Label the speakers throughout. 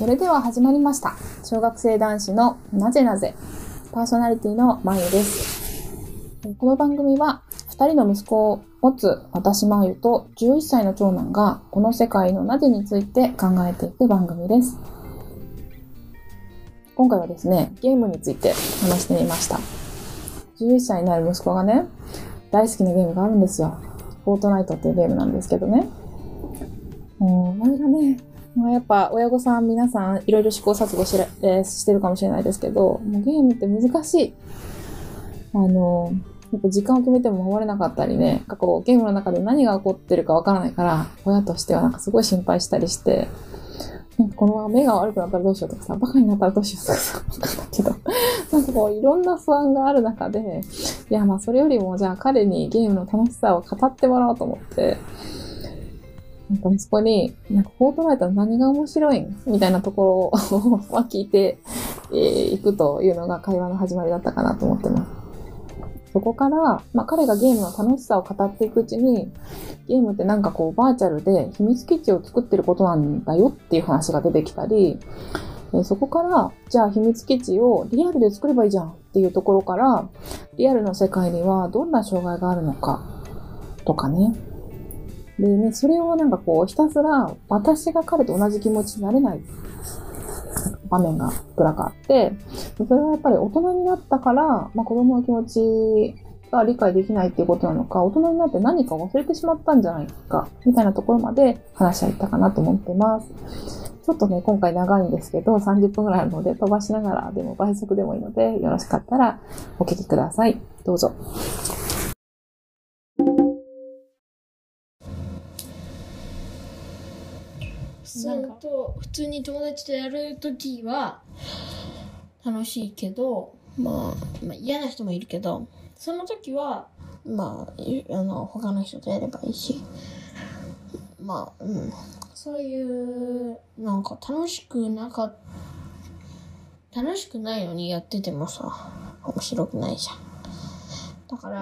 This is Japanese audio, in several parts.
Speaker 1: それでは始まりました。小学生男子のなぜなぜ、パーソナリティのまゆです。この番組は2人の息子を持つ私まゆと11歳の長男がこの世界のなぜについて考えていく番組です。今回はですね、ゲームについて話してみました。11歳になる息子がね、大好きなゲームがあるんですよ。フォートナイトっていうゲームなんですけどね。これがね、やっぱ親御さん皆さんいろいろ試行錯誤してるかもしれないですけど、もうゲームって難しい。やっぱ時間を決めても守れなかったりね、ゲームの中で何が起こってるかわからないから、親としてはすごい心配したりして、このまま目が悪くなったらどうしようとかさ、バカになったらどうしようとかさ、だけど、いろんな不安がある中で、いやそれよりもじゃあ彼にゲームの楽しさを語ってもらおうと思って、息子に、フォートナイトの何が面白いんみたいなところを聞いていくというのが会話の始まりだったかなと思ってます。そこから、彼がゲームの楽しさを語っていくうちに、ゲームってバーチャルで秘密基地を作ってることなんだよっていう話が出てきたり、そこから、じゃあ秘密基地をリアルで作ればいいじゃんっていうところから、リアルの世界にはどんな障害があるのかとかね。でね、それをひたすら私が彼と同じ気持ちになれない場面がいくらかあって、それはやっぱり大人になったから、子供の気持ちが理解できないっていうことなのか、大人になって何か忘れてしまったんじゃないか、みたいなところまで話し合ったかなと思ってます。ちょっとね、今回長いんですけど、30分ぐらいあるので飛ばしながらでも倍速でもいいので、よろしかったらお聞きください。どうぞ。
Speaker 2: 普通に友達とやるときは楽しいけど、嫌な人もいるけど、その時は他の人とやればいいし、そういう楽しくないのにやっててもさ、面白くないじゃん。だから、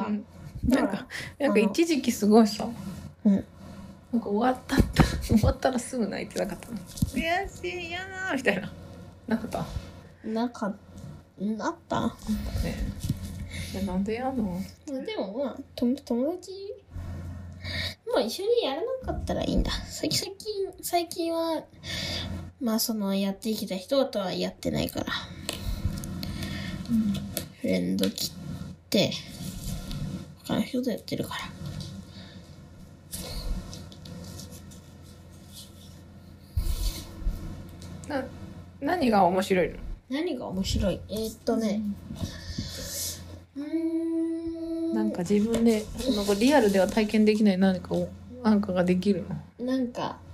Speaker 3: 一時期すごいさ、終わったらすぐ泣いてなかったの。悔しい、嫌なみたいな。なかった？
Speaker 2: なった
Speaker 3: ね。なんでやんの？
Speaker 2: でも友達一緒にやらなかったらいいんだ。最近はやってきた人とはやってないから、フレンド切って他の人とやってるから。
Speaker 3: 何が面白いの？
Speaker 2: 何が面白い？
Speaker 3: 自分でリアルでは体験できない何かができるの？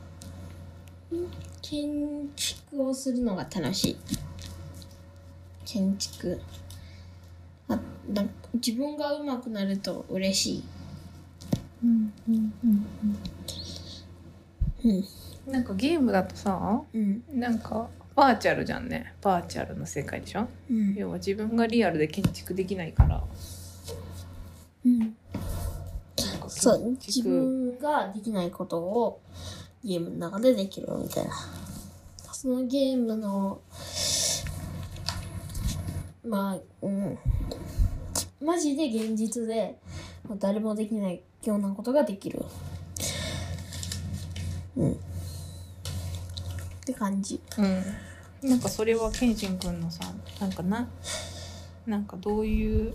Speaker 2: 建築をするのが楽しい。建築。自分が上手くなると嬉しい。
Speaker 3: ゲームだとさ、バーチャルじゃんね。バーチャルの世界でしょ、要は自分がリアルで建築できないから、
Speaker 2: そう自分ができないことをゲームの中でできるみたいな。そのゲームのマジで現実で誰もできないようなことができる。って感じ。
Speaker 3: それはケンシン君のさ、どういう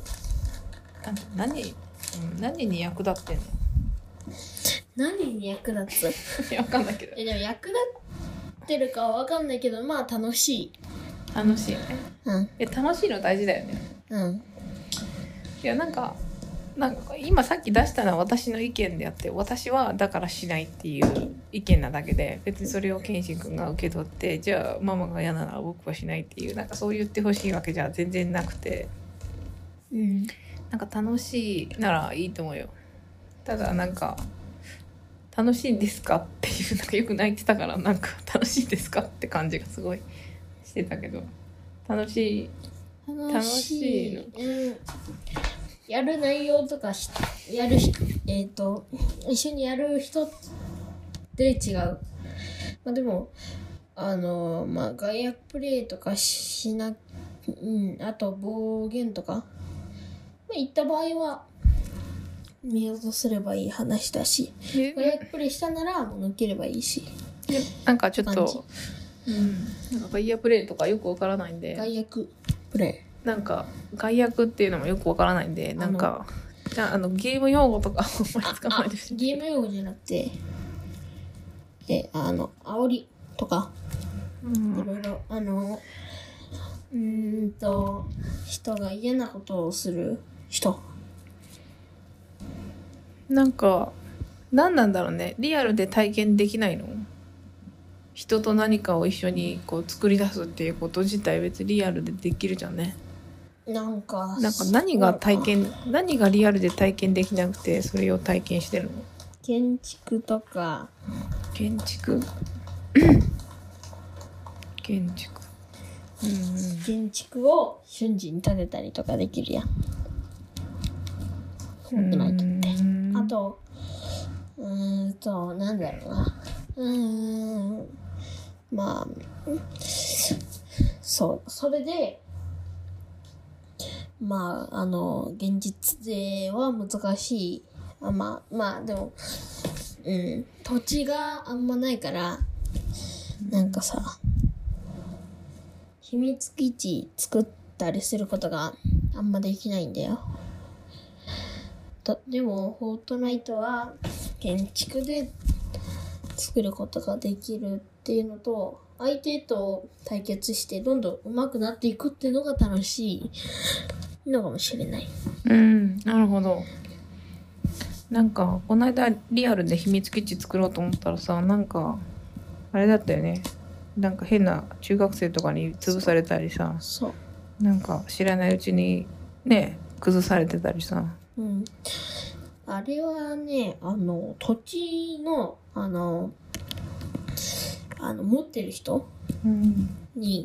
Speaker 3: 何に役立ってんの？
Speaker 2: 何に役立つ？
Speaker 3: わかんないけど。
Speaker 2: でも役立ってるかはわかんないけど、楽しい。
Speaker 3: 楽しいね。楽しいの大事だよね。いや今さっき出したのは私の意見であって、私はだからしないっていう意見なだけで、別にそれをケンシン君が受け取って、じゃあママが嫌なら僕はしないっていうそう言ってほしいわけじゃ全然なくて、楽しいならいいと思うよ。ただ楽しいんですかっていうよく泣いてたから、楽しいですかって感じがすごいしてたけど、楽しいの？
Speaker 2: やる内容とか一緒にやる人って違う。でも害悪プレイとかしな、あと暴言とか、言った場合は見落とすればいい話だし、害悪プレイしたならもう抜ければいいし。
Speaker 3: なんかちょっと、なんか害悪プレイとかよくわからないんで。
Speaker 2: 害悪プレイ。
Speaker 3: なんか害悪っていうのもよくわからないんで、なんかじゃあゲーム用語とかあんまり使わないでしょ。
Speaker 2: ゲーム用語じゃなくて、煽りとか、いろいろ人が嫌なことをする人。
Speaker 3: なんか何なんだろうね、リアルで体験できないの？人と何かを一緒にこう作り出すっていうこと自体別にリアルでできるじゃんね。
Speaker 2: なんか
Speaker 3: 何がリアルで体験できなくてそれを体験してるの？
Speaker 2: 建築とか。
Speaker 3: 建築
Speaker 2: を瞬時に建てたりとかできるやん。フォートナイトって。あとなんだろうな。それで現実では難しい。でも土地があんまないからなんかさ、秘密基地作ったりすることがあんまできないんだよ。でもフォートナイトは建築で作ることができるっていうのと、相手と対決してどんどん上手くなっていくっていうのが楽しいのかもしれない。
Speaker 3: なるほど。なんかこの間リアルで秘密基地作ろうと思ったらさ、なんかあれだったよね。なんか変な中学生とかに潰されたりさ、なんか知らないうちにね崩されてたりさ。
Speaker 2: あれはね、土地の持ってる人に、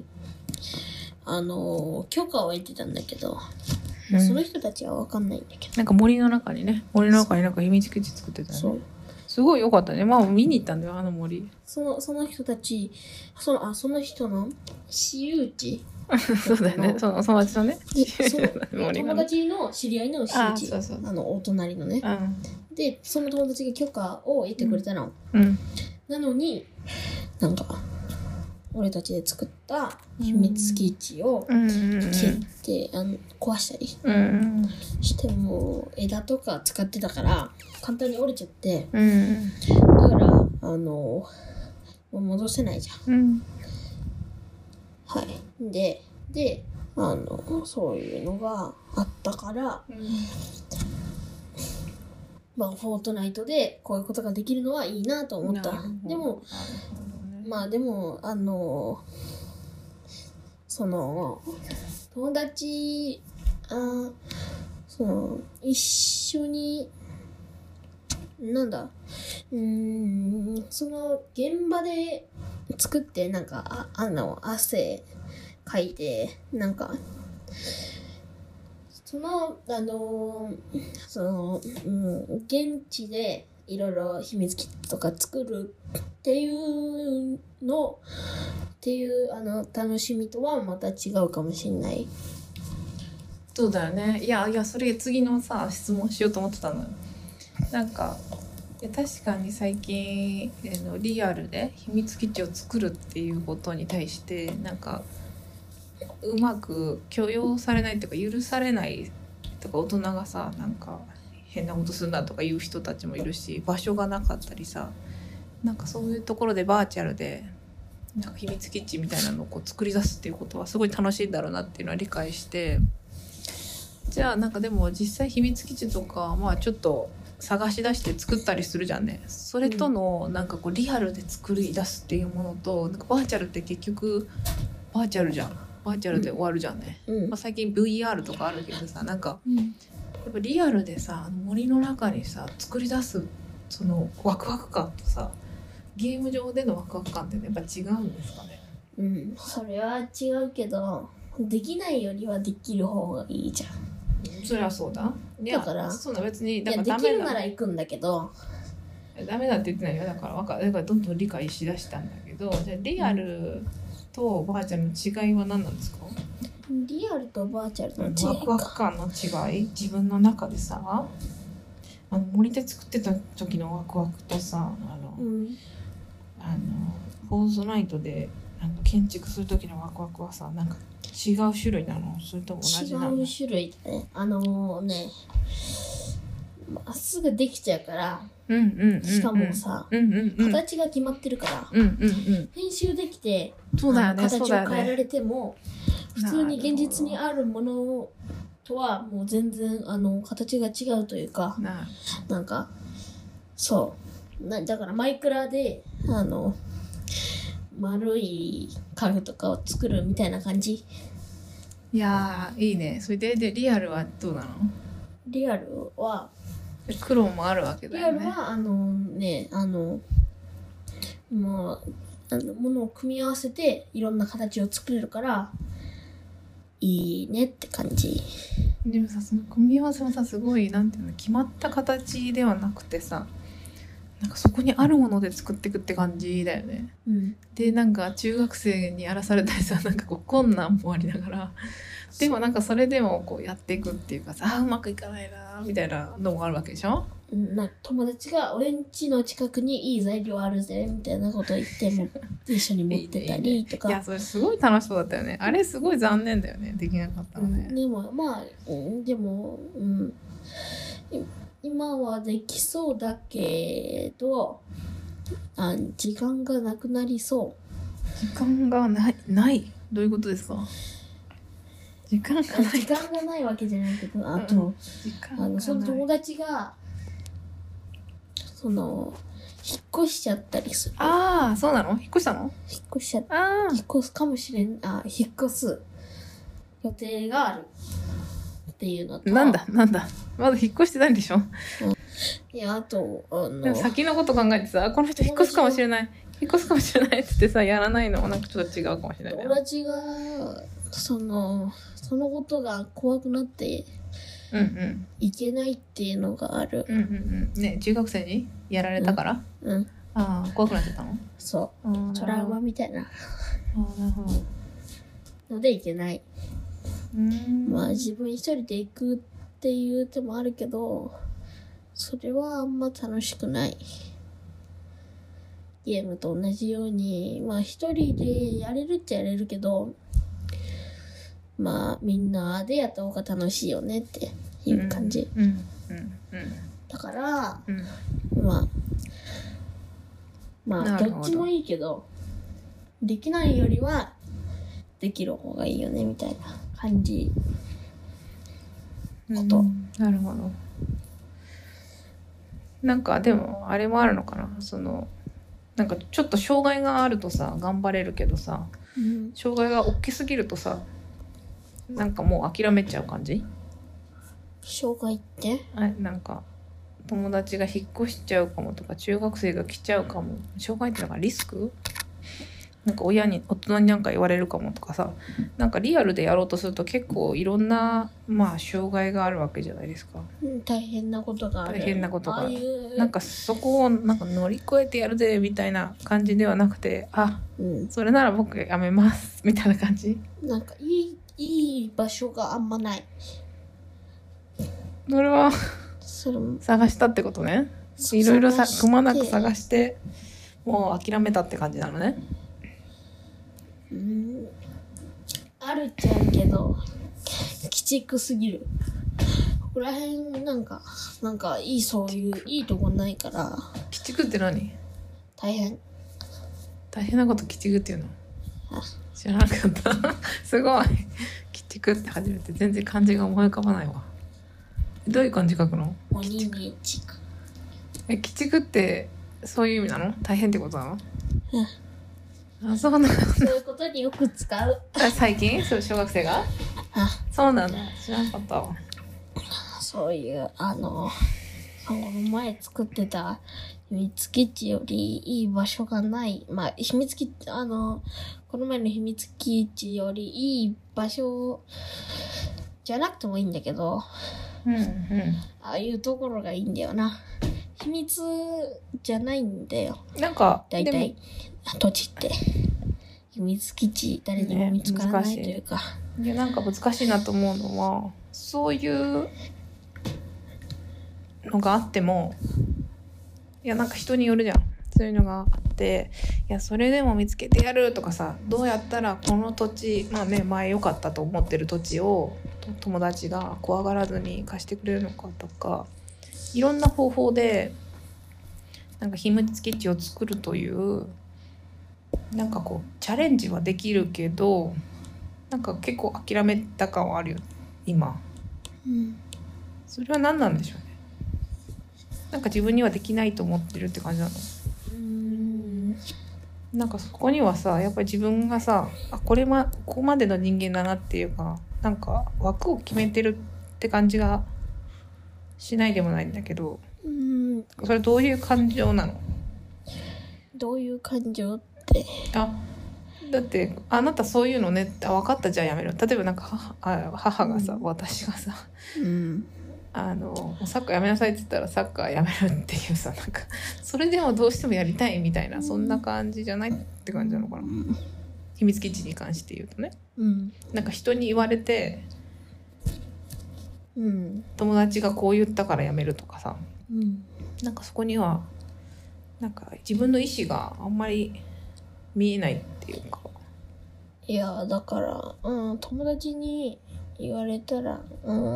Speaker 2: 許可を得てたんだけど、その人たちは分かんないんだけど、
Speaker 3: なんか森の中になんか秘密基地作ってたよね。すごい良かったね。見に行ったんだよ、あの森。
Speaker 2: その人たち、その人の私有地
Speaker 3: そうだよね。その友達のね。
Speaker 2: 友達の知り合いの私有地。お隣のね。で、その友達が許可を得てくれたの。なのに、なんか、俺たちで作った秘密基地を蹴って壊したりしても、枝とか使ってたから簡単に折れちゃって、だからもう戻せないじゃん。はい。でそういうのがあったから、フォートナイトでこういうことができるのはいいなと思った。でも友達一緒にその現場で作ってなんか汗かいてなんか現地でいろいろ秘密基地とか作るっていう楽しみとはまた違うかもしれない。
Speaker 3: そうだよね。いやそれ次のさ質問しようと思ってたのよ。なんか確かに最近リアルで秘密基地を作るっていうことに対してなんかうまく許容されないとか許されないとか、大人がさなんか変なことするなとか言う人たちもいるし、場所がなかったりさ、なんかそういうところでバーチャルでなんか秘密基地みたいなのをこう作り出すっていうことはすごい楽しいんだろうなっていうのは理解して、じゃあなんかでも実際秘密基地とかちょっと探し出して作ったりするじゃんね。それとのなんかこうリアルで作り出すっていうものと、なんかバーチャルって結局バーチャルじゃん。バーチャルで終わるじゃんね。最近 VR とかあるけどさ、なんかやっぱリアルでさ森の中にさ作り出すそのワクワク感とさゲーム上でのワクワク感ってやっぱ違うんですかね。
Speaker 2: それは違うけど、できないよりはできる方がいいじゃん。
Speaker 3: そりゃそうだ。
Speaker 2: だから
Speaker 3: そんな別に
Speaker 2: だからできるなら行くんだけど、
Speaker 3: ダメだって言ってないよ。だからどんどん理解しだしたんだけど、じゃあリアルとバーチャルの違いは何なんですか？
Speaker 2: リアルとバーチャルの違いか。
Speaker 3: ワクワク感の違い、自分の中でさ、森で作ってた時のワクワクとさ、フォーズナイトで建築する時のワクワクはさ、なんか違う種類なの？それとも同じなの？
Speaker 2: 違う種類だね。まっすぐできちゃうから、しかもさ、形が決まってるから、編集できて、
Speaker 3: そうだよね、
Speaker 2: 形を変えられても、普通に現実にあるものとはもう全然形が違うというか、なんかそうだからマイクラで丸い家具とかを作るみたいな感じ。
Speaker 3: いやーいいね。それでリアルはどうなの？
Speaker 2: リアルは
Speaker 3: 苦労もあるわけだよね。
Speaker 2: リアルはもう物を組み合わせていろんな形を作れるからいいねって感じ。
Speaker 3: でもさ、その組み合わせはさ、すごいなんていうの、決まった形ではなくてさ、なんかそこにあるもので作っていくって感じだよね。でなんか中学生にやらされたりさ、なんかこう困難もありながら、でもなんかそれでもこうやっていくっていうかさ、うまくいかないなみたいなのもあるわけでしょ。
Speaker 2: 友達が俺ん家の近くにいい材料あるぜみたいなことを言っても一緒に持ってたりとか。
Speaker 3: いやそれすごい楽しそうだったよね。あれすごい残念だよね、できなかったのね。
Speaker 2: でも今はできそうだけど時間がなくなりそう。
Speaker 3: 時間がないどういうことですか？時間
Speaker 2: がないわけじゃないけど、あと、その友達が引っ越しちゃったりする。
Speaker 3: ああ、そうなの？引っ越したの？
Speaker 2: 引っ越すかもしれん。引っ越す予定があるっていうのと。
Speaker 3: なんだまだ引っ越してないんでしょ？
Speaker 2: いや、あと
Speaker 3: でも先のこと考えてさ、この人引っ越すかもしれないって言ってさ、やらないのもなんかちょっと違うかもしれないね。
Speaker 2: 友達がそのことが怖くなっていけないっていうのがある。
Speaker 3: ね、中学生にやられたから、ああ怖くなっちゃったの？
Speaker 2: そうトラウマみたいな
Speaker 3: なるほど
Speaker 2: のでいけない。まあ自分一人で行くっていう手もあるけど、それはあんま楽しくない。ゲームと同じようにまあ一人でやれるっちゃやれるけど、まあみんなでやった方が楽しいよねっていう感じ。だから、まあどっちもいいけど、できないよりはできる方がいいよねみたいな感じ。
Speaker 3: なるほど。なんかでもあれもあるのかな、なんかちょっと障害があるとさ頑張れるけどさ、障害が大きすぎるとさなんかもう諦めちゃう感じ？
Speaker 2: 障害って？
Speaker 3: なんか友達が引っ越しちゃうかもとか、中学生が来ちゃうかも。障害ってなんかリスク？なんか大人になんか言われるかもとかさ、なんかリアルでやろうとすると結構いろんな障害があるわけじゃないですか。
Speaker 2: 大変なことがある。
Speaker 3: なんかそこをなんか乗り越えてやるぜみたいな感じではなくて、それなら僕やめますみたいな感じ。
Speaker 2: なんかいい場所があんまない。
Speaker 3: それは探したってことね。いろいろくまなく探してもう諦めたって感じなのね。
Speaker 2: あるっちゃあるけど鬼畜すぎる。ここら辺なんかそういういいとこないから。鬼
Speaker 3: 畜って何？大変なこと鬼畜っていうの？知らなかったすごい。鬼畜って初めて。全然漢字が思い浮かばないわ。どういう漢字書くの？
Speaker 2: 鬼に畜。
Speaker 3: 鬼畜ってそういう意味なの？大変ってことなの？そうなの。
Speaker 2: そういうことによく使う。
Speaker 3: 最近？そう、小学生が？そうなんだ。知らなかったわ。
Speaker 2: そういうこの前作ってた秘密基地よりいい場所がない。まあ秘密基地この前の秘密基地よりいい場所じゃなくてもいいんだけど、ああいうところがいいんだよな。 秘密じゃないんだよ。
Speaker 3: なんか
Speaker 2: 大体土地って秘密基地、誰にも見つからないというか、
Speaker 3: いやなんか難しいなと思うのは、そういうのがあっても、いやなんか人によるじゃん。そういうのがあって、いやそれでも見つけてやるとかさ、どうやったらこの土地、まあね、前良かったと思ってる土地を友達が怖がらずに貸してくれるのかとか、いろんな方法でなんか秘密基地を作るというなんかこうチャレンジはできるけど、なんか結構諦めた感はあるよ今。それは何なんでしょうね。なんか自分にはできないと思ってるって感じなの。なんかそこにはさ、やっぱり自分がさ、ここまでの人間だなっていうか、なんか枠を決めてるって感じがしないでもないんだけど、それどういう感情なの？
Speaker 2: どういう感情って、
Speaker 3: だってあなたそういうのね、分かった、じゃあやめろ。例えばなんか母がさ、私がさ、サッカーやめなさいって言ったらサッカーやめるっていうさ、なんかそれでもどうしてもやりたいみたいな、そんな感じじゃないって感じなのかな。秘密基地に関して言うとね、なんか人に言われて、友達がこう言ったからやめるとかさ、なんかそこにはなんか自分の意思があんまり見えないっていうか。
Speaker 2: いやだから、友達に言われたら、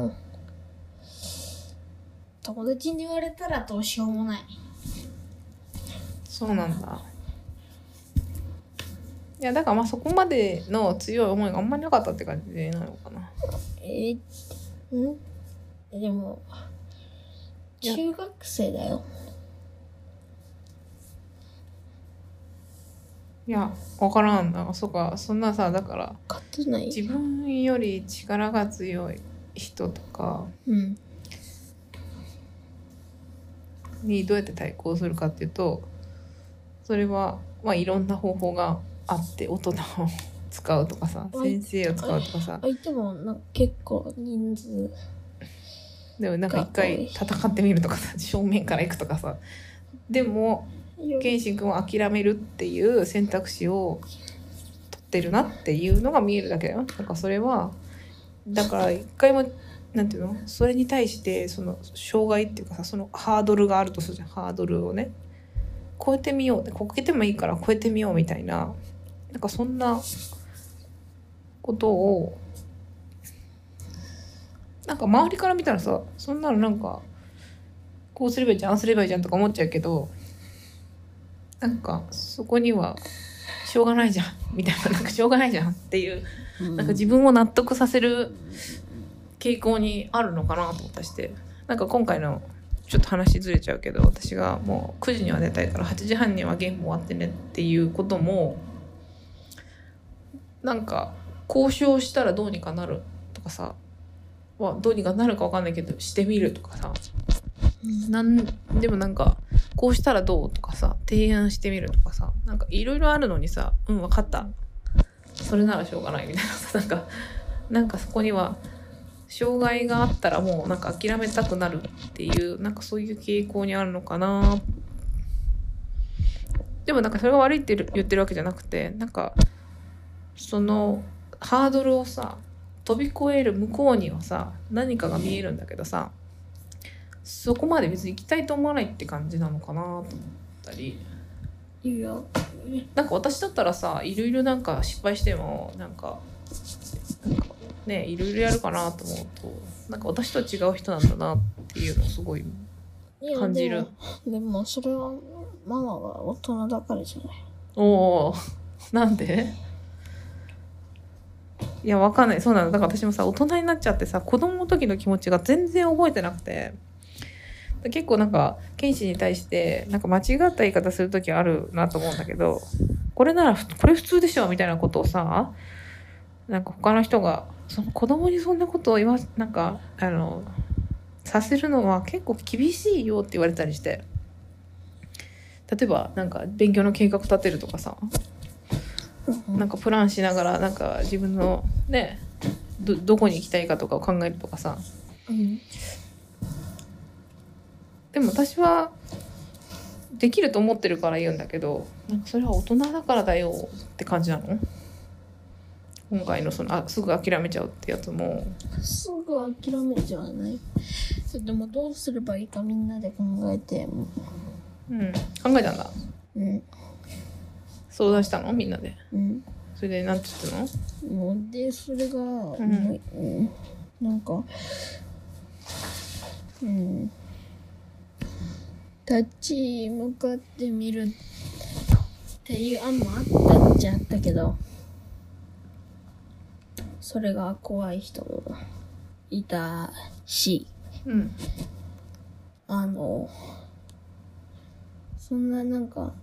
Speaker 2: 友達に言われたらどうしようもない。
Speaker 3: そうなんだ。いやだからまあそこまでの強い思いがあんまりなかったって感じなのかな。
Speaker 2: でも中学生だよ。
Speaker 3: いや分からんな。そうか、そんなさ、だから
Speaker 2: 勝てない。
Speaker 3: 自分より力が強い人とかにどうやって対抗するかっていうと、それはまあいろんな方法があって、大人を使うとかさ、先生を使うとかさ、
Speaker 2: 相手もなんか結構人数
Speaker 3: でもなんか一回戦ってみるとかさ、正面から行くとかさ、でもケンシン君は諦めるっていう選択肢を取ってるなっていうのが見えるだけだよ。なんかそれはだから一回もなんていうの、それに対してその障害っていうかさ、そのハードルがあるとするじゃん。ハードルをね超えてみよう、こけてもいいから超えてみようみたいな、なんかそんなことをなんか周りから見たらさ、そんなのなんかこうすればいいじゃん、ああすればいいじゃんとか思っちゃうけど、なんかそこにはしょうがないじゃんみたいな、なんかしょうがないじゃんっていう、なんか自分を納得させる傾向にあるのかなと思ったりして、なんか今回のちょっと話ずれちゃうけど、私がもう9時には寝たいから8時半にはゲーム終わってねっていうことも、なんか交渉したらどうにかなるとかさ、どうにかなるか分かんないけどしてみるとかさ、でもなんかこうしたらどうとかさ、提案してみるとかさ、なんかいろいろあるのにさ、分かった、それならしょうがないみたいなさ、なんかそこには障害があったらもうなんか諦めたくなるっていう、なんかそういう傾向にあるのかな。でもなんかそれが悪いって言ってるわけじゃなくて、なんかそのハードルをさ飛び越える向こうにはさ何かが見えるんだけどさ、そこまで別に行きたいと思わないって感じなのかなと思ったり。
Speaker 2: いや
Speaker 3: なんか私だったらさ、いろいろなんか失敗してもなんかね、いろいろやるかなと思うと、なんか私とは違う人なんだなっていうのをすごい感じる。
Speaker 2: でもそれはママが大人だからじゃない。
Speaker 3: おー、なんで？いやわかんない。そうなの。だから私もさ、大人になっちゃってさ、子供の時の気持ちが全然覚えてなくて、結構なんか剣士に対してなんか間違った言い方する時あるなと思うんだけど、これ普通でしょみたいなことをさ、なんか他の人がその子供にそんなことをなんかさせるのは結構厳しいよって言われたりして、例えばなんか勉強の計画立てるとかさ、なんかプランしながらなんか自分のね、どこに行きたいかとかを考えるとかさ、でも私はできると思ってるから言うんだけど、なんかそれは大人だからだよって感じなの？今回のそのすぐ諦めちゃうってやつも。
Speaker 2: すぐ諦めちゃわない。でもどうすればいいかみんなで考えて。
Speaker 3: うん、考えたんだ。
Speaker 2: うん。
Speaker 3: 相談したのみんなで。
Speaker 2: うん。
Speaker 3: それでなんて言ったの？
Speaker 2: でそれが、なんか、立ち向かってみるっていう案もあったっちゃあったけど、それが怖い人もいたし、そんな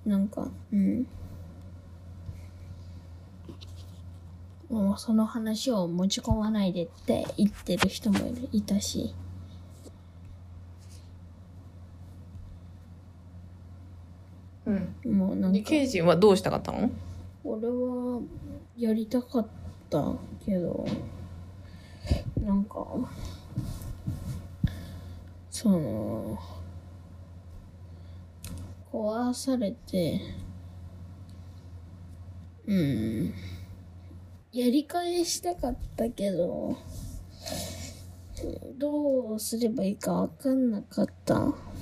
Speaker 2: もうその話を持ち込まないでって言ってる人もいたし、もうなんか
Speaker 3: ケイジンはどうしたかったの？
Speaker 2: 俺はやりたかったけど、なんかその壊されて、やり返したかったけど、どうすればいいか分かんなかった。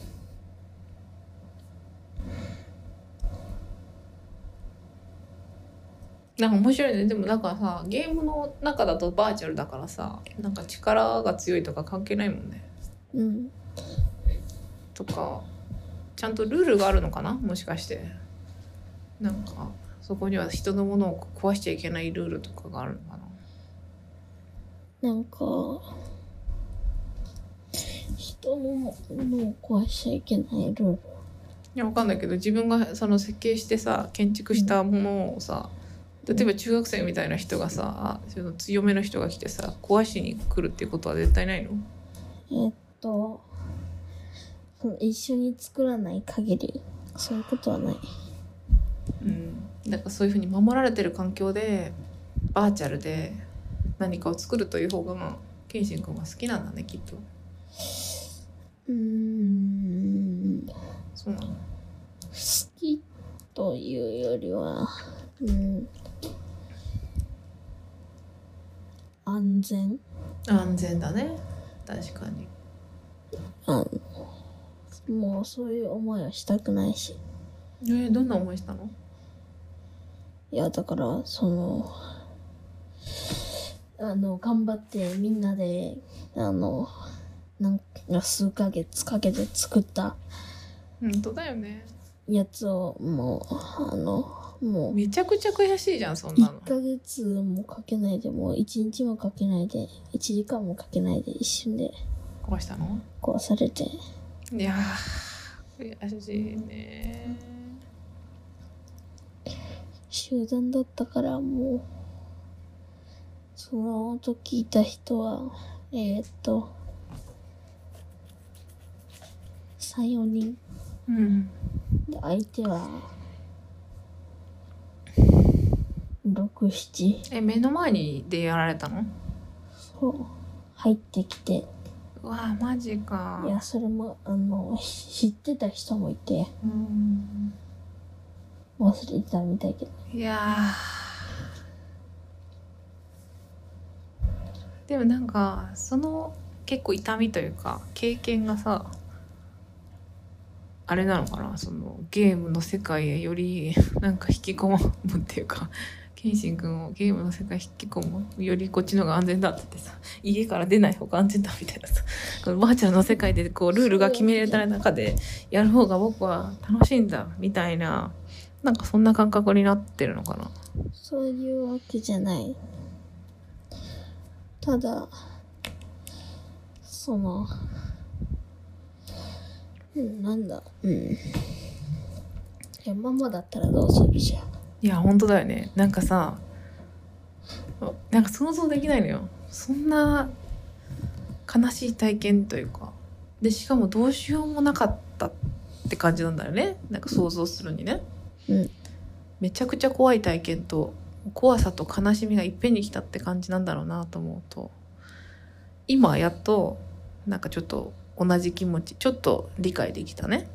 Speaker 3: なんか面白いね。でもなんかさ、ゲームの中だとバーチャルだからさ、なんか力が強いとか関係ないもんね。とかちゃんとルールがあるのかな、もしかして。なんかそこには人のものを壊しちゃいけないルールとかがあるのかな。
Speaker 2: なんか人のものを壊しちゃいけないルール。い
Speaker 3: やわかんないけど、自分がその設計してさ建築したものをさ、例えば中学生みたいな人がさ、その強めの人が来てさ壊しに来るっていうことは絶対ないの？
Speaker 2: その一緒に作らない限りそういうことはない。
Speaker 3: だからそういうふうに守られてる環境でバーチャルで何かを作るという方が、まあケンシン君は好きなんだね、きっと。そうなの？好
Speaker 2: きというよりは、安全
Speaker 3: だね、確かに。
Speaker 2: もうそういう思いはしたくないし。
Speaker 3: どんな思いしたの？
Speaker 2: いやだから頑張ってみんなでなんか数ヶ月かけて作った
Speaker 3: 本当だよね。
Speaker 2: やつをもう
Speaker 3: めちゃくちゃ悔しいじゃん、そんなの。
Speaker 2: 1ヶ月もかけないで、もう1日もかけないで、1時間もかけないで一瞬で
Speaker 3: 壊したの？
Speaker 2: 壊されて。
Speaker 3: いやー悔しいね。
Speaker 2: 集団だったから、もうその時いた人は3、4人、で相手は6、7。
Speaker 3: 目の前にでやられたの？
Speaker 2: そう、入ってきて。
Speaker 3: うわマジか。
Speaker 2: いやそれも知ってた人もいて、忘れてたみたいけど。
Speaker 3: いやでもなんかその結構痛みというか経験がさ、あれなのかな、そのゲームの世界へよりなんか引き込むっていうか、ケンシン君をゲームの世界引き込むよりこっちの方が安全だって言ってさ、家から出ない方が安全だみたいなさ、このバーチャルの世界でこうルールが決められた中でやる方が僕は楽しいんだみたいな、なんかそんな感覚になってるのかな。
Speaker 2: そういうわけじゃない。ただなんだ、いやママだったらどうするじゃん。
Speaker 3: いや本当だよね。なんかさ、なんか想像できないのよ、そんな悲しい体験というかで、しかもどうしようもなかったって感じなんだよね、なんか想像するにね。めちゃくちゃ怖い体験と怖さと悲しみがいっぺんに来たって感じなんだろうなと思うと、今やっとなんかちょっと同じ気持ちちょっと理解できたね。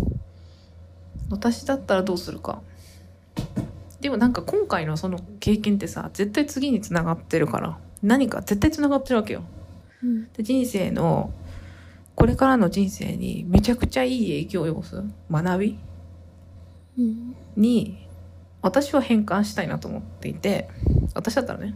Speaker 3: 私だったらどうするか。でもなんか今回のその経験ってさ、絶対次につながってるから、何か絶対つながってるわけよ。で人生のこれからの人生にめちゃくちゃいい影響を及ぼす学びに私は変換したいなと思っていて、私だったらね。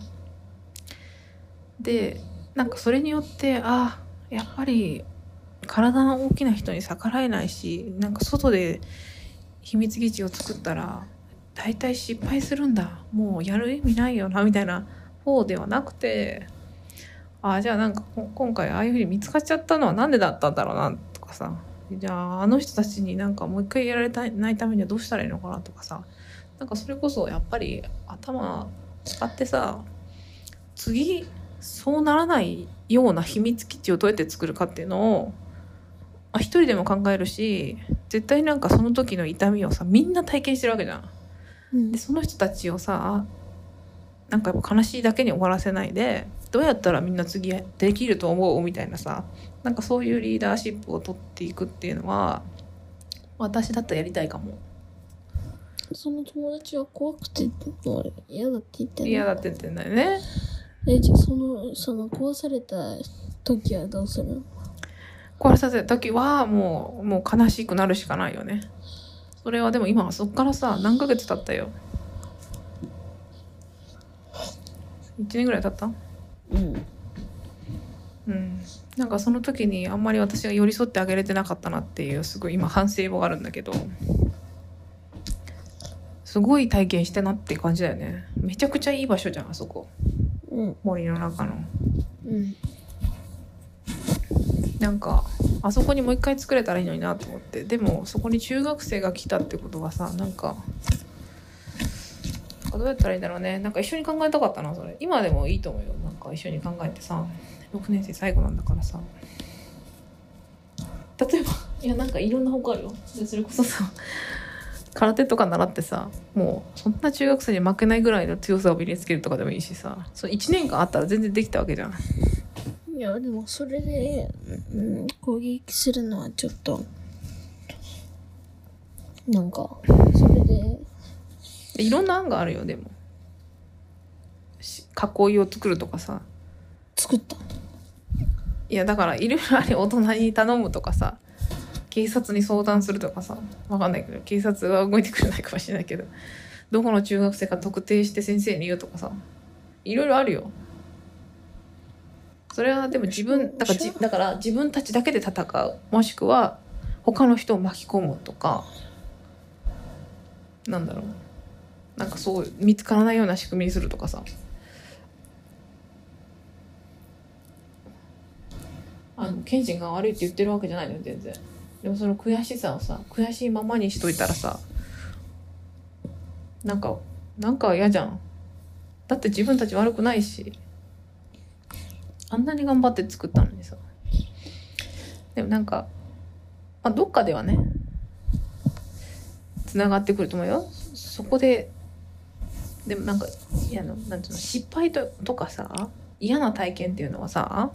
Speaker 3: でなんかそれによってやっぱり体の大きな人に逆らえないし、なんか外で秘密基地を作ったら大体失敗するんだ、もうやる意味ないよなみたいな方ではなくて、じゃあなんか今回ああいうふうに見つかっちゃったのはなんでだったんだろうなとかさ、じゃああの人たちになんかもう一回やられないためにはどうしたらいいのかなとかさ、なんかそれこそやっぱり頭使ってさ、次そうならないような秘密基地をどうやって作るかっていうのを一人でも考えるし、絶対なんかその時の痛みをさみんな体験してるわけじゃん。でその人たちをさなんかやっぱ悲しいだけに終わらせないで、どうやったらみんな次できると思うみたいなさ、なんかそういうリーダーシップを取っていくっていうのは私だったらやりたいかも。
Speaker 2: その友達は怖くてもう嫌だって言ってんの？
Speaker 3: 嫌だって言ってんだよね。
Speaker 2: じゃあその壊された時はどうするの？
Speaker 3: 壊させた時はもう悲しくなるしかないよね。それはでも今はそっからさ何ヶ月経ったよ。1年ぐらい経った？なんかその時にあんまり私が寄り添ってあげれてなかったなっていうすごい今反省もあるんだけど、すごい体験してなって感じだよね。めちゃくちゃいい場所じゃんあそこ、森の中の、なんかあそこにもう一回作れたらいいのになと思って。でもそこに中学生が来たってことはさ、なんかどうやったらいいんだろうね。なんか一緒に考えたかったなそれ。今でもいいと思うよ。なんか一緒に考えてさ、6年生最後なんだからさ、例えばいやなんかいろんな方向あるよ。でそれこそさ空手とか習ってさ、もうそんな中学生に負けないぐらいの強さを身につけるとかでもいいしさ、その1年間あったら全然できたわけじゃん。
Speaker 2: いやでもそれで、攻撃するのはちょっとなんかそれで
Speaker 3: いろんな案があるよ。でも囲いを作るとかさ。
Speaker 2: 作った？
Speaker 3: いやだからいろいろあれ大人に頼むとかさ、警察に相談するとかさ、わかんないけど警察は動いてくれないかもしれないけど、どこの中学生か特定して先生に言うとかさ、いろいろあるよ。それはでも自分だから自分たちだけで戦う、もしくは他の人を巻き込むとか、なんだろう、なんかそう見つからないような仕組みにするとかさ。謙信が悪いって言ってるわけじゃないのよ全然。でもその悔しさをさ、悔しいままにしといたらさ、なんか嫌じゃん。だって自分たち悪くないし、あんなに頑張って作ったのにさ。でもなんか、どっかではねつながってくると思うよ。そこででもなんかなんていうの、失敗とかさ、嫌な体験っていうのはさ、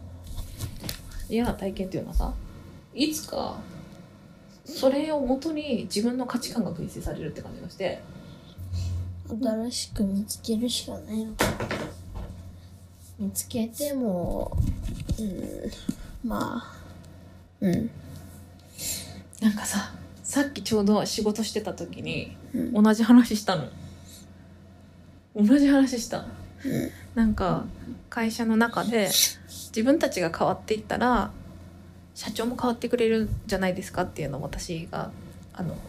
Speaker 3: いつかそれをもとに自分の価値観が形成されるって感じがして、
Speaker 2: 新しく見つけるしかないのか。見つけても
Speaker 3: なんかさっきちょうど仕事してた時に同じ話したの、なんか会社の中で自分たちが変わっていったら社長も変わってくれるんじゃないですかっていうのを私がその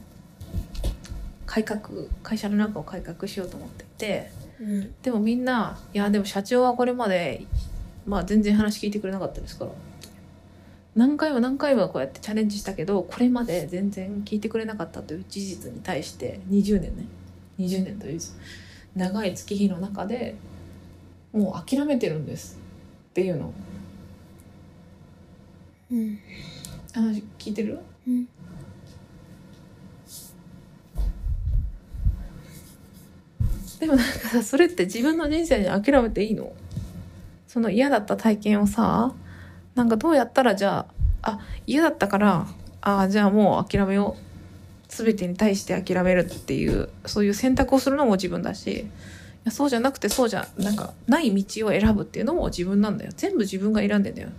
Speaker 3: 会社の中を改革しようと思っていて、でもみんないやでも社長はこれまで全然話聞いてくれなかったですから、何回もこうやってチャレンジしたけどこれまで全然聞いてくれなかったという事実に対して20年という長い月日の中でもう諦めてるんですっていうの。話聞いてる？でもなんかさ、それって自分の人生に諦めていいの？その嫌だった体験をさ、なんかどうやったらじゃあ嫌だったからじゃあもう諦めよう、全てに対して諦めるっていう、そういう選択をするのも自分だし、そうじゃなくてそうじゃなんかない道を選ぶっていうのも自分なんだよ。全部自分が選んでんだよ。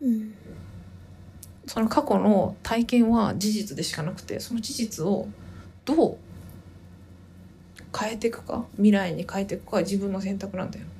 Speaker 3: その過去の体験は事実でしかなくて、その事実をどう変えていくか、未来に変えていくかは自分の選択なんだよ。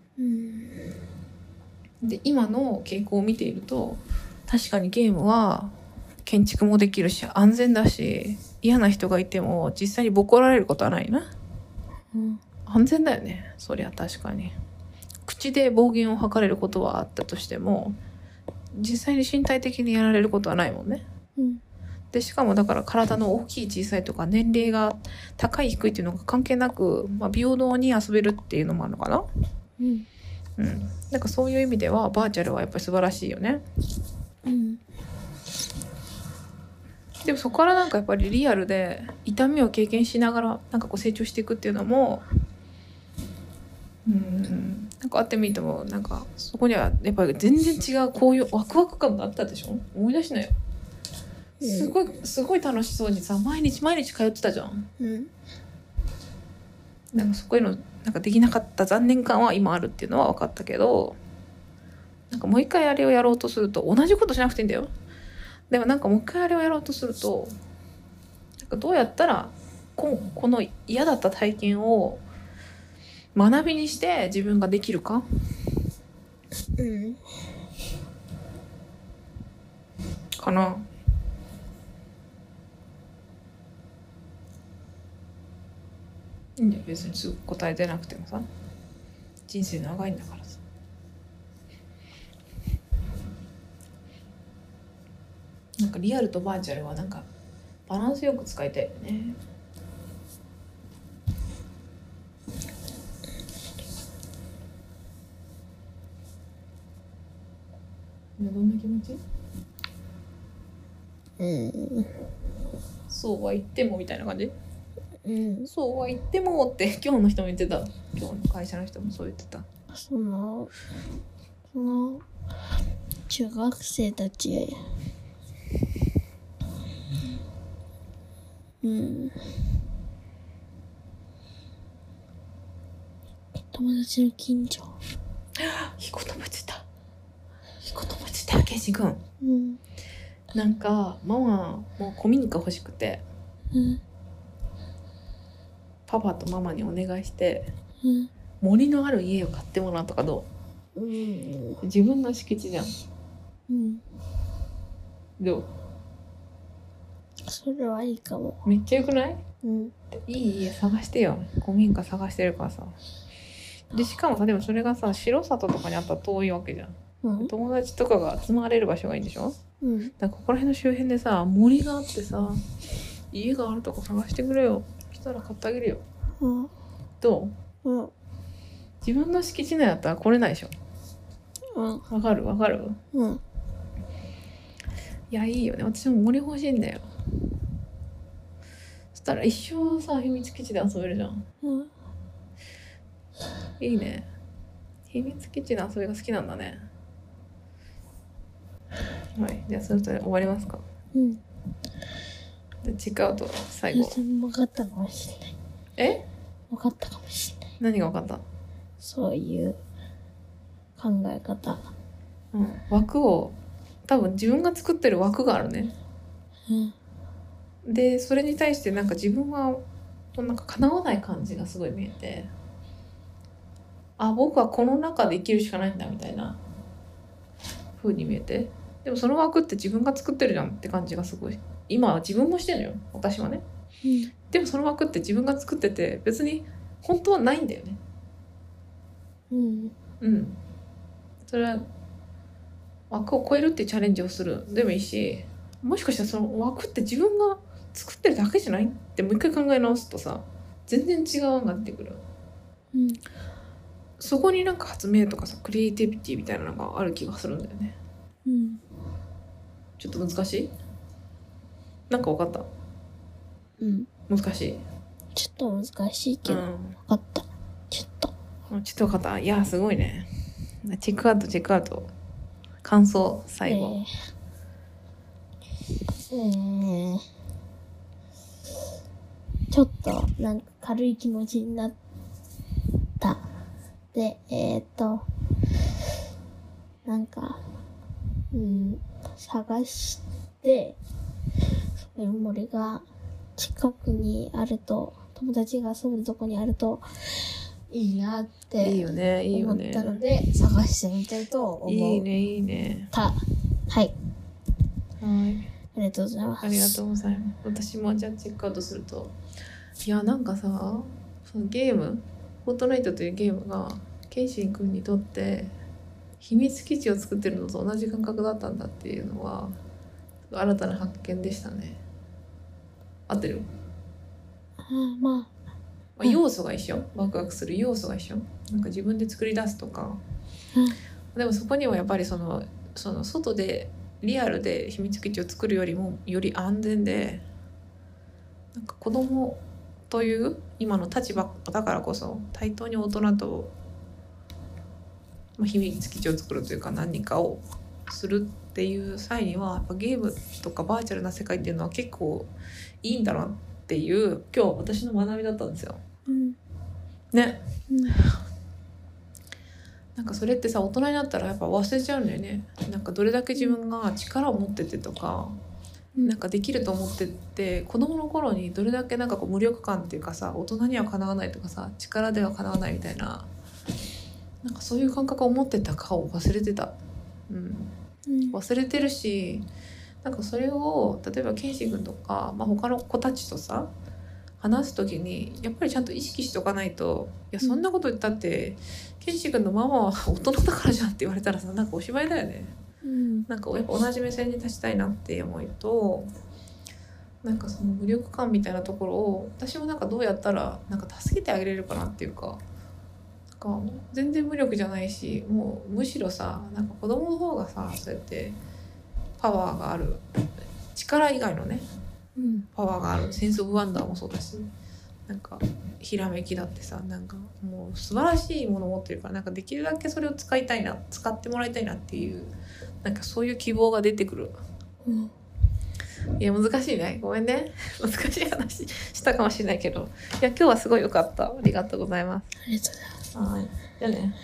Speaker 3: で今の傾向を見ていると、確かにゲームは建築もできるし安全だし、嫌な人がいても実際にボコられることはないな、安全だよね。そりゃ確かに口で暴言を吐かれることはあったとしても、実際に身体的にやられることはないもんね。でしかもだから体の大きい小さいとか年齢が高い低いっていうのが関係なく、平等に遊べるっていうのもあるのかな。なんかそういう意味ではバーチャルはやっぱり素晴らしいよね。でもそこからなんかやっぱりリアルで痛みを経験しながらなんかこう成長していくっていうのもなんかあってもいいと思う。なんかそこにはやっぱり全然違うこういうワクワク感があったでしょ。思い出しなよ。すごい楽しそうにさ毎日通ってたじゃん。なんかそこへのなんかできなかった残念感は今あるっていうのは分かったけど、なんかもう一回あれをやろうとすると同じことしなくていいんだよ。でもなんかもう一回あれをやろうとすると、なんかどうやったらこの嫌だった体験を学びにして自分ができるか、かな。いいんだよ別にすぐ答え出なくてもさ、人生長いんだからさ。なんかリアルとバーチャルはなんかバランスよく使いたいよね。どんな気持ち？そうは言ってもみたいな感じ？そうは言ってもって今日の人も言ってた。今日の会社の人もそう言ってた。
Speaker 2: その中学生たち友達の近所
Speaker 3: いいことも言ってた。ケイジ君、なんかママもう古民家欲しくて、パパとママにお願いして、森のある家を買ってもらうとかどう？自分の敷地じゃん。どう？
Speaker 2: それはいいかも。
Speaker 3: めっちゃよくない？いい家探してよ。古民家探してるからさ。でしかもさ、でもそれがさ城里とかにあったら遠いわけじゃん。友達とかが集まれる場所がいいんでしょ。だからここら辺の周辺でさ森があってさ家があるとこ探してくれよ。そしたら買ってあげるよ。どう？自分の敷地内だったら来れないでしょ。わかる？いやいいよね。私も森欲しいんだよ。そしたら一生さ秘密基地で遊べるじゃん。いいね。秘密基地の遊びが好きなんだね。はい、じゃあそれと終わりますか。でチェックアウト最後。
Speaker 2: 分かったかもしれない。分かったかもしれない。
Speaker 3: 何が分かった？
Speaker 2: そういう考え方。
Speaker 3: 枠を多分自分が作ってる枠があるね。でそれに対してなんか自分はなんか叶わない感じがすごい見えて、僕はこの中で生きるしかないんだみたいな風に見えて、でもその枠って自分が作ってるじゃんって感じがすごい今は自分もしてるのよ私はね。でもその枠って自分が作ってて別に本当はないんだよね。それは枠を超えるっていうチャレンジをするでもいいし、もしかしたらその枠って自分が作ってるだけじゃないってもう一回考え直すとさ全然違う案が出てくる。そこになんか発明とかさクリエイティビティみたいなのがある気がするんだよね。ちょっと難しい？なんか分かった？難しい？
Speaker 2: ちょっと難しいけど、分かった。ちょっと
Speaker 3: 分かった。いやすごいね。チェックアウト感想最後。
Speaker 2: ちょっとなんか軽い気持ちになった。で、なんか、探して、そういう森が近くにあると、友達が遊ぶとこにあるといいなって
Speaker 3: いいよね、いいよ
Speaker 2: 思ったので、探してみたいと思う。
Speaker 3: いいね、いいね。
Speaker 2: はい。
Speaker 3: はい。
Speaker 2: ありがとうございます。
Speaker 3: ありがとうございます。私もじゃあチェックアウトすると、いやなんかさ、そのゲーム、フォートナイトというゲームがケイシン君にとって秘密基地を作ってるのと同じ感覚だったんだっていうのは新たな発見でしたね。合ってる？
Speaker 2: ま
Speaker 3: あ、要素が一緒、ワクワクする要素が一緒、なんか自分で作り出すとか、でもそこにはやっぱりその外でリアルで秘密基地を作るよりもより安全で、なんか子供という今の立場だからこそ対等に大人と秘密基地を作るというか何かをするっていう際にはやっぱゲームとかバーチャルな世界っていうのは結構いいんだなっていう今日私の学びだったんですよ。ね。なんかそれってさ、大人になったらやっぱ忘れちゃうんだよね。なんかどれだけ自分が力を持っててとか、なんかできると思ってって子供の頃にどれだけなんかこう無力感っていうかさ、大人にはかなわないとかさ、力ではかなわないみたいな、なんかそういう感覚を持ってたかを忘れてた。忘れてるし、なんかそれを例えばケンシ君とか、他の子たちとさ話す時にやっぱりちゃんと意識しておかないと、いやそんなこと言ったって、ケンシ君のママは大人だからじゃんって言われたらさ、なんかおしまいだよね。なんかやっぱ同じ目線に立ちたいなっていう思いと、なんかその無力感みたいなところを私もなんかどうやったらなんか助けてあげれるかなっていうか、なんか全然無力じゃないし、もうむしろさ、なんか子供の方がさ、そうやってパワーがある、力以外のね、パワーがある、センスオブワンダーもそうだし、なんかひらめきだってさ、なんかもう素晴らしいものを持ってるから、なんかできるだけそれを使ってもらいたいなっていう、なんかそういう希望が出てくる。いや難しいね、ごめんね、難しい話したかもしれないけど、いや今日はすごい良かった。ありがとうございます。
Speaker 2: ありがとうございます。
Speaker 3: はい、じゃあね。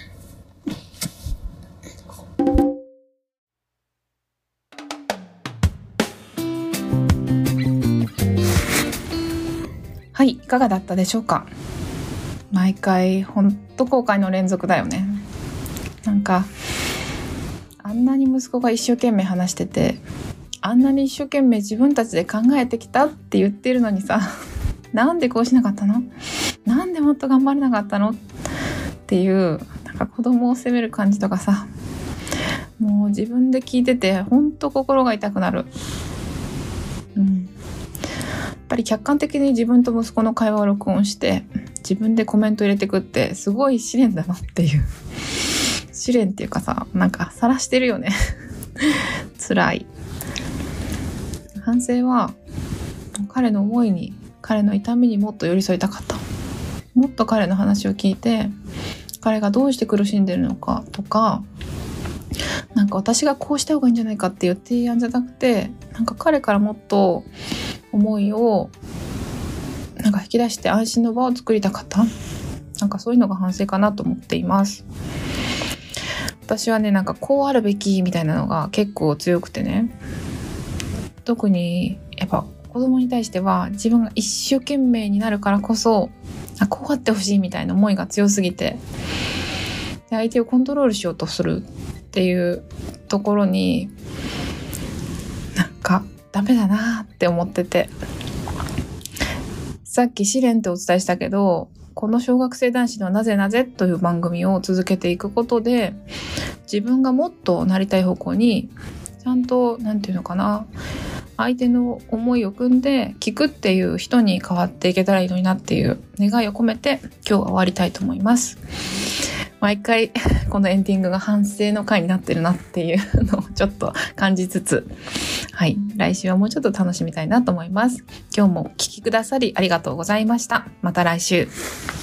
Speaker 3: はい、いかがだったでしょうか。毎回ほんと後悔の連続だよね。なんかあんなに息子が一生懸命話してて、あんなに一生懸命自分たちで考えてきたって言ってるのにさ、なんでこうしなかったの？なんでもっと頑張れなかったの？っていう、なんか子供を責める感じとかさ、もう自分で聞いててほんと心が痛くなる。やっぱり客観的に自分と息子の会話を録音して自分でコメント入れてくってすごい試練だなっていう。試練っていうかさ、なんか晒してるよね。辛い。反省は彼の思いに、彼の痛みにもっと寄り添いたかった。もっと彼の話を聞いて、彼がどうして苦しんでるのかとか、なんか私がこうした方がいいんじゃないかっていう提案じゃなくて、なんか彼からもっと思いをなんか引き出して安心の場を作りたかった。なんかそういうのが反省かなと思っています。私はね、なんかこうあるべきみたいなのが結構強くてね、特にやっぱ子供に対しては自分が一生懸命になるからこそ、こうあってほしいみたいな思いが強すぎて、で相手をコントロールしようとするっていうところになんかダメだなって思ってて、さっき試練ってお伝えしたけど、この小学生男子のなぜなぜという番組を続けていくことで、自分がもっとなりたい方向にちゃんと、なんていうのかな、相手の思いを汲んで聞くっていう人に変わっていけたらいいのになっていう願いを込めて今日は終わりたいと思います。毎回このエンディングが反省の回になってるなっていうのをちょっと感じつつ、はい、来週はもうちょっと楽しみたいなと思います。今日もお聞きくださりありがとうございました。また来週。